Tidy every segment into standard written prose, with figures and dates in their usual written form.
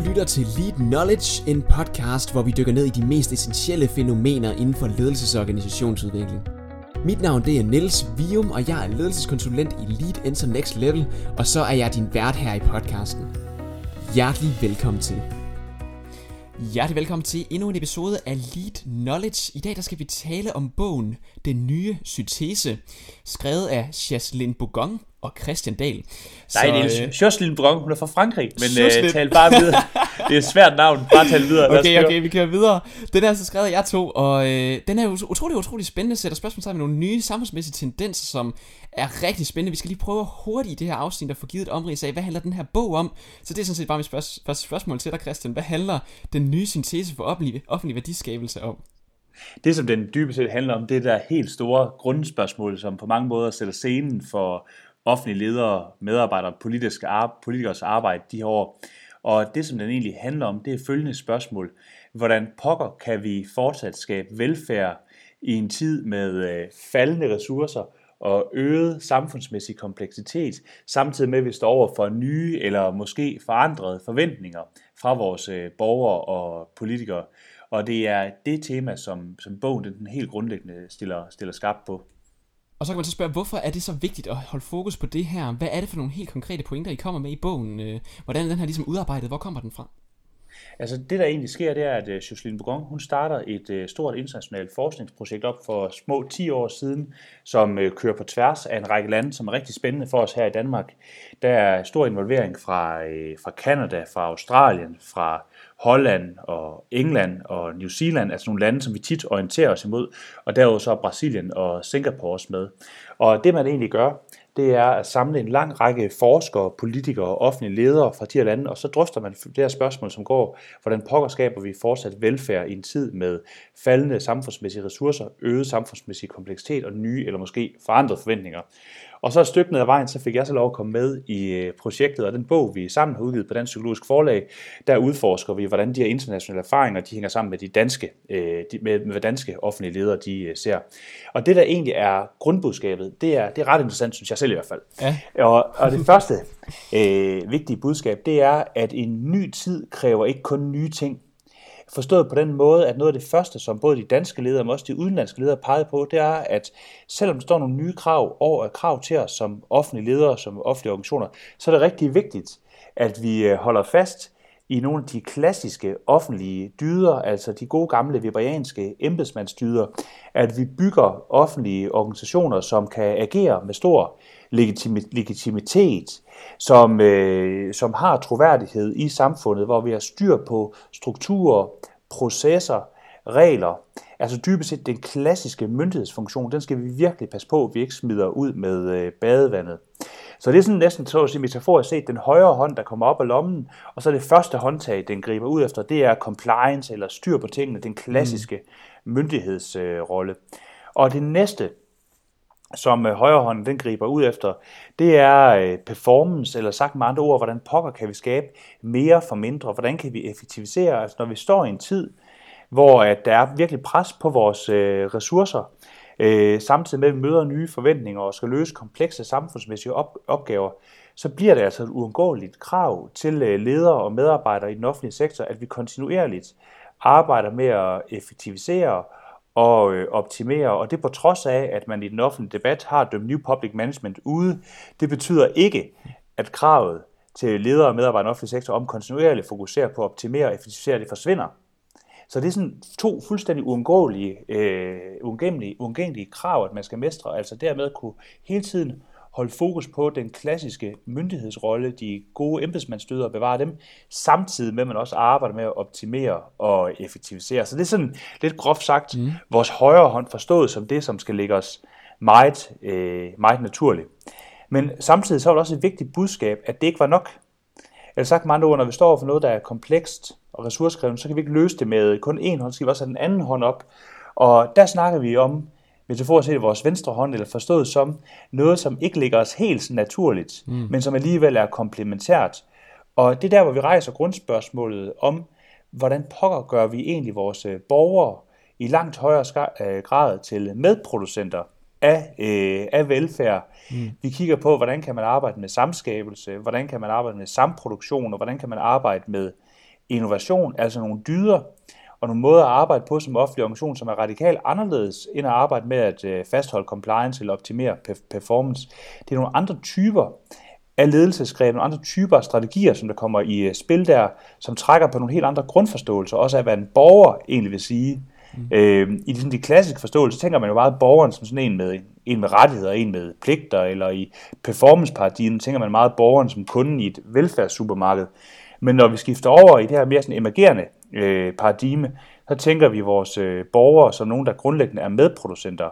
lytter til Lead Knowledge, en podcast, hvor vi dykker ned i de mest essentielle fænomener inden for ledelses- og organisationsudvikling. Mit navn det er Niels Vium, og jeg er ledelseskonsulent i Lead Enter Next Level, og så er jeg din vært her i podcasten. Hjertelig velkommen til. Hjertelig velkommen til endnu en episode af Lead Knowledge. I dag der skal vi tale om bogen Den nye syntese, skrevet af Jocelyn Bougon og Christian Dahl. Nej, Niels. Jocelyn Bougon, hun er fra Frankrig, men tal bare videre. Det er et svært navn, bare tal videre. Okay, vi kører videre. Den er altså skrevet af jer to, og den er jo utrolig spændende, sætter spørgsmål med nogle nye samfundsmæssige tendenser, som er rigtig spændende. Vi skal lige prøve hurtigt i det her afsnit at få givet et omrids af, hvad handler den her bog om? Så det er sådan set bare mit første spørgsmål til dig, Christian. Hvad handler den nye syntese for offentlig værdiskabelse om? Det, som den dybest set handler om, det er der helt store grundspørgsmål, som på mange måder sætter scenen for offentlige ledere, medarbejdere, politikers arbejde de her år. Og det, som den egentlig handler om, det er følgende spørgsmål. Hvordan pokker kan vi fortsat skabe velfærd i en tid med faldende ressourcer og øget samfundsmæssig kompleksitet, samtidig med, at vi står over for nye eller måske forandrede forventninger fra vores borgere og politikere. Og det er det tema, som bogen den helt grundlæggende stiller skarpt på. Og så kan man så spørge, hvorfor er det så vigtigt at holde fokus på det her? Hvad er det for nogle helt konkrete pointer, I kommer med i bogen? Hvordan er den her ligesom udarbejdet? Hvor kommer den fra? Altså det, der egentlig sker, det er, at Jocelyn Bougon, hun starter et stort internationalt forskningsprojekt op for små 10 år siden, som kører på tværs af en række lande, som er rigtig spændende for os her i Danmark. Der er stor involvering fra Canada, fra Australien, fra Holland og England og New Zealand, altså nogle lande, som vi tit orienterer os imod, og derudover så Brasilien og Singapore også med. Og det, man egentlig gør, det er at samle en lang række forskere, politikere og offentlige ledere fra de her lande, og så drøfter man det her spørgsmål, som går, hvordan pokker skaber vi fortsat velfærd i en tid med faldende samfundsmæssige ressourcer, øget samfundsmæssig kompleksitet og nye eller måske forandrede forventninger. Og så et stykke ned ad vejen, så fik jeg så lov at komme med i projektet, og den bog, vi sammen har udgivet på Dansk Psykologisk Forlag, der udforsker vi, hvordan de her internationale erfaringer, de hænger sammen med de danske, med danske offentlige ledere, de ser. Og det, der egentlig er grundbudskabet, det er ret interessant, synes jeg selv i hvert fald. Ja. Og det første vigtige budskab, det er, at en ny tid kræver ikke kun nye ting. Forstået på den måde, at noget af det første, som både de danske ledere, men også de udenlandske ledere pegede på, det er, at selvom der står nogle nye krav til os som offentlige ledere, som offentlige organisationer, så er det rigtig vigtigt, at vi holder fast i nogle af de klassiske offentlige dyder, altså de gode gamle webrianske embedsmandsdyder, at vi bygger offentlige organisationer, som kan agere med stor legitimitet, som har troværdighed i samfundet, hvor vi har styr på strukturer, processer, regler. Altså dybest set den klassiske myndighedsfunktion, den skal vi virkelig passe på, at vi ikke smider ud med badevandet. Så det er sådan næsten så at sige metaforisk set den højre hånd, der kommer op af lommen, og så det første håndtag, den griber ud efter, det er compliance eller styr på tingene, den klassiske myndighedsrolle. Og det næste, som højrehånden den griber ud efter, det er performance, eller sagt med andre ord, hvordan pokker kan vi skabe mere for mindre, hvordan kan vi effektivisere, altså når vi står i en tid, hvor at der er virkelig pres på vores ressourcer, samtidig med at vi møder nye forventninger og skal løse komplekse samfundsmæssige opgaver, så bliver det altså et uundgåeligt krav til ledere og medarbejdere i den offentlige sektor, at vi kontinuerligt arbejder med at effektivisere og optimere, og det på trods af, at man i den offentlige debat har dømt New Public Management ude. Det betyder ikke, at kravet til ledere og medarbejdere i den offentlige sektor om kontinuerligt fokusere på at optimere og effektivisere, det forsvinder. Så det er sådan to fuldstændig uundgængelige krav, at man skal mestre, altså dermed at kunne hele tiden holde fokus på den klassiske myndighedsrolle, de gode embedsmandsdyder og bevare dem, samtidig med at man også arbejder med at optimere og effektivisere. Så det er sådan lidt groft sagt vores højre hånd forstået som det, som skal ligge os meget naturligt. Men samtidig så er det også et vigtigt budskab, at det ikke var nok. Eller sagt med andre ord, når vi står for noget, der er komplekst og ressourcekrævende, så kan vi ikke løse det med kun en hånd, så skal vi også have den anden hånd op. Og der snakker vi om, metaforisk set vores venstre hånd, eller forstået som noget, som ikke ligger os helt naturligt, men som alligevel er komplementært. Og det er der, hvor vi rejser grundspørgsmålet om, hvordan pokker gør vi egentlig vores borgere i langt højere grad til medproducenter af velfærd. Vi kigger på, hvordan kan man arbejde med samskabelse, hvordan kan man arbejde med samproduktion, og hvordan kan man arbejde med innovation, altså nogle dyder og nogle måder at arbejde på som offentlig organisation, som er radikalt anderledes end at arbejde med at fastholde compliance eller optimere performance. Det er nogle andre typer af ledelsesgreb, nogle andre typer af strategier, som der kommer i spil der, som trækker på nogle helt andre grundforståelser, også af hvad en borger egentlig vil sige. I de klassiske forståelser tænker man jo meget borgeren som sådan en med rettigheder, en med pligter, eller i performance-paradigmen tænker man meget borgeren som kunden i et velfærdssupermarked. Men når vi skifter over i det her mere sådan emergerende paradigme, så tænker vi vores borgere som nogen, der grundlæggende er medproducenter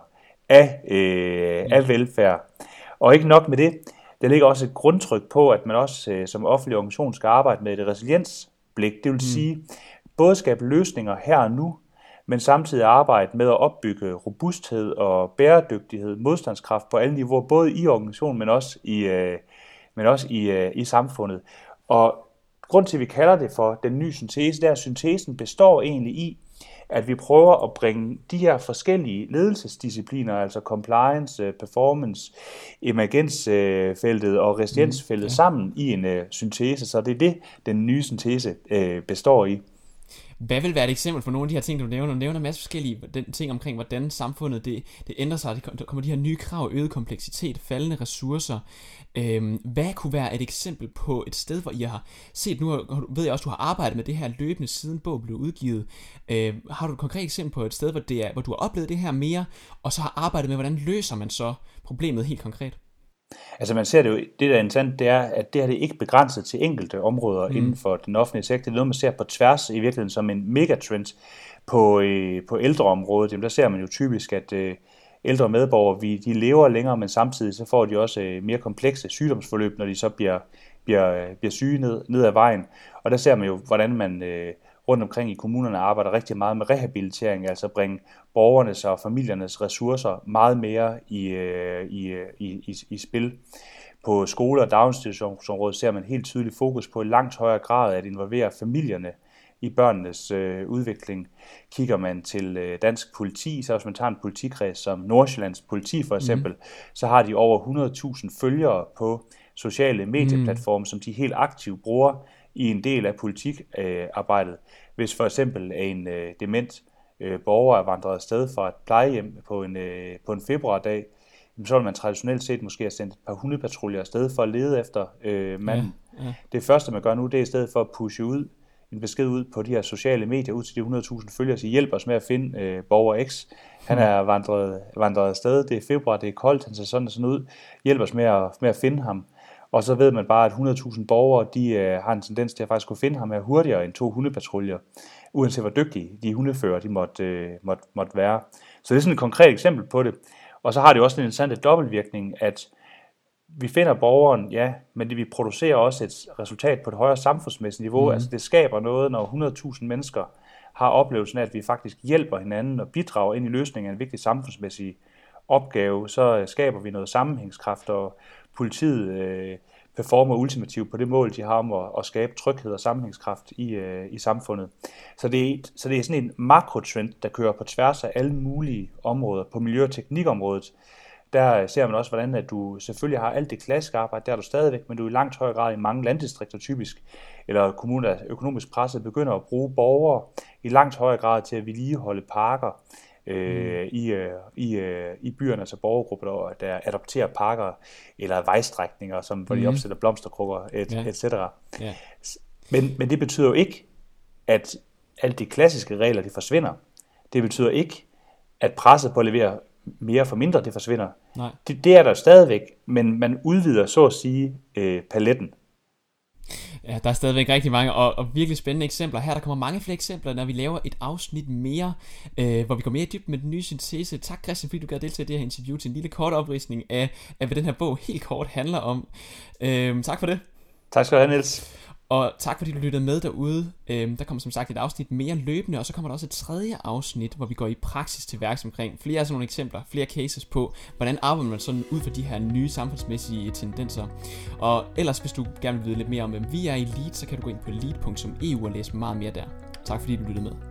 af velfærd. Og ikke nok med det, der ligger også et grundtryk på, at man også som offentlig organisation skal arbejde med et resiliensblik. Det vil sige, både skabe løsninger her og nu, men samtidig arbejde med at opbygge robusthed og bæredygtighed, modstandskraft på alle niveauer, både i organisationen, men også i samfundet. Og grund til, at vi kalder det for den nye syntese, det er, at syntesen består egentlig i, at vi prøver at bringe de her forskellige ledelsesdiscipliner, altså compliance, performance, emergensfeltet og resiliensfeltet sammen i en syntese. Så det er det, den nye syntese består i. Hvad vil være et eksempel for nogle af de her ting, du nævner? Du nævner en masse forskellige ting omkring, hvordan samfundet det ændrer sig. Der kommer de her nye krav, øget kompleksitet, faldende ressourcer. Hvad kunne være et eksempel på et sted, hvor I har set, nu ved jeg også, du har arbejdet med det her løbende siden bog blev udgivet. Har du et konkret eksempel på et sted, hvor du har oplevet det her mere, og så har arbejdet med, hvordan løser man så problemet helt konkret? Altså man ser det jo, det der er interessant, det er, at det her det er ikke begrænset til enkelte områder inden for den offentlige sektor. Det er noget, man ser på tværs i virkeligheden som en megatrend på ældreområdet. Jamen, der ser man jo typisk, at ældre medborgere, de lever længere, men samtidig så får de også mere komplekse sygdomsforløb, når de så bliver syge ned ad vejen. Og der ser man jo, hvordan man rundt omkring i kommunerne arbejder rigtig meget med rehabilitering, altså bringe borgernes og familiernes ressourcer meget mere i spil. På skole- og daginstitutionsområdet ser man helt tydeligt fokus på i langt højere grad at involvere familierne i børnenes udvikling. Kigger man til dansk politi, så hvis man tager en politikreds som Nordsjællands politi for eksempel, så har de over 100.000 følgere på sociale medieplatforme, som de helt aktivt bruger i en del af politikarbejdet. Hvis for eksempel en dement borger er vandret afsted fra et plejehjem på en februardag, så vil man traditionelt set måske have sendt et par hundepatruljer afsted for at lede efter manden. Ja. Det første, man gør nu, det er i stedet for at pushe en besked ud på de her sociale medier, ud til de 100.000 følgere, så hjælp os med at finde borger X. Han er vandret afsted, det er februar, det er koldt, han ser sådan og sådan ud. Hjælp os med at finde ham. Og så ved man bare, at 100.000 borgere, de har en tendens til at faktisk kunne finde ham her hurtigere end 2 hundepatruljer, uanset hvor dygtige de hundefører, de måtte være. Så det er sådan et konkret eksempel på det. Og så har det jo også en interessant dobbeltvirkning, at vi finder borgeren, ja, men vi producerer også et resultat på et højere samfundsmæssigt niveau. Altså det skaber noget, når 100.000 mennesker har oplevelsen af, at vi faktisk hjælper hinanden og bidrager ind i løsningen af en vigtig samfundsmæssig opgave, så skaber vi noget sammenhængskraft, og politiet performer ultimativt på det mål, de har om at skabe tryghed og sammenhængskraft i samfundet. Så det er sådan en makrotrend, der kører på tværs af alle mulige områder. På miljø- og teknikområdet, der ser man også, hvordan at du selvfølgelig har alt det klassiske arbejde, der er du stadigvæk, men du i langt højere grad i mange landdistrikter typisk, eller kommuner, der er økonomisk presset, begynder at bruge borgere i langt højere grad til at vedligeholde parker i byerne, altså borgergrupper, der adopterer parker eller vejstrækninger, hvor de opsætter blomsterkrukker, etc. Yeah. Men det betyder jo ikke, at alle de klassiske regler, de forsvinder. Det betyder ikke, at presset på at levere mere for mindre, det forsvinder. Nej. Det er der stadigvæk, men man udvider så at sige paletten. Ja, der er stadigvæk rigtig mange og virkelig spændende eksempler her. Der kommer mange flere eksempler, når vi laver et afsnit mere, hvor vi går mere i dybden med den nye syntese. Tak Christian, fordi du gad deltage i det her interview til en lille kort opridsning af hvad den her bog helt kort handler om. Tak for det. Tak skal du have, Niels. Og tak fordi du lyttede med derude. Der kommer som sagt et afsnit mere løbende, og så kommer der også et tredje afsnit, hvor vi går i praksis til værks omkring flere af sådan nogle eksempler, flere cases på, hvordan arbejder man sådan ud for de her nye samfundsmæssige tendenser. Og ellers, hvis du gerne vil vide lidt mere om, hvem vi er i Lead, så kan du gå ind på lead.eu og læse meget mere der. Tak fordi du lyttede med.